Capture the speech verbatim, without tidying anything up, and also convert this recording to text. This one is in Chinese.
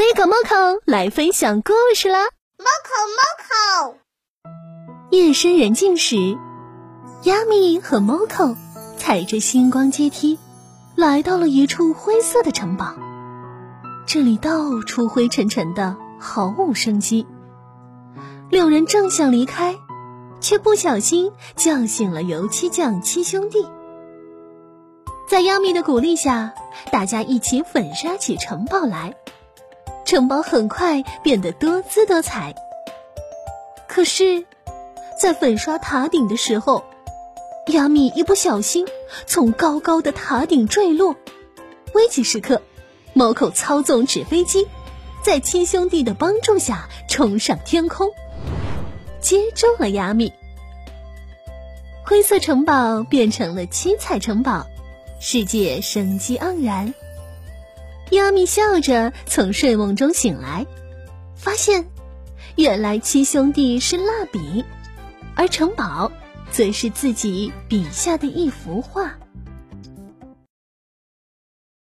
米可猫口来分享故事啦！ 猫口猫口。 夜深人静时，亚米和猫口踩着星光阶梯，来到了一处灰色的城堡。这里到处灰沉沉的，毫无生机。六人正想离开，却不小心叫醒了油漆匠七兄弟。在亚米的鼓励下，大家一起粉刷起城堡来。城堡很快变得多姿多彩。可是在粉刷塔顶的时候，亚米一不小心从高高的塔顶坠落。危急时刻，猫口操纵纸飞机，在七兄弟的帮助下冲上天空，接住了亚米。灰色城堡变成了七彩城堡，世界生机盎然。亚米笑着从睡梦中醒来，发现原来七兄弟是蜡笔，而城堡则是自己笔下的一幅画。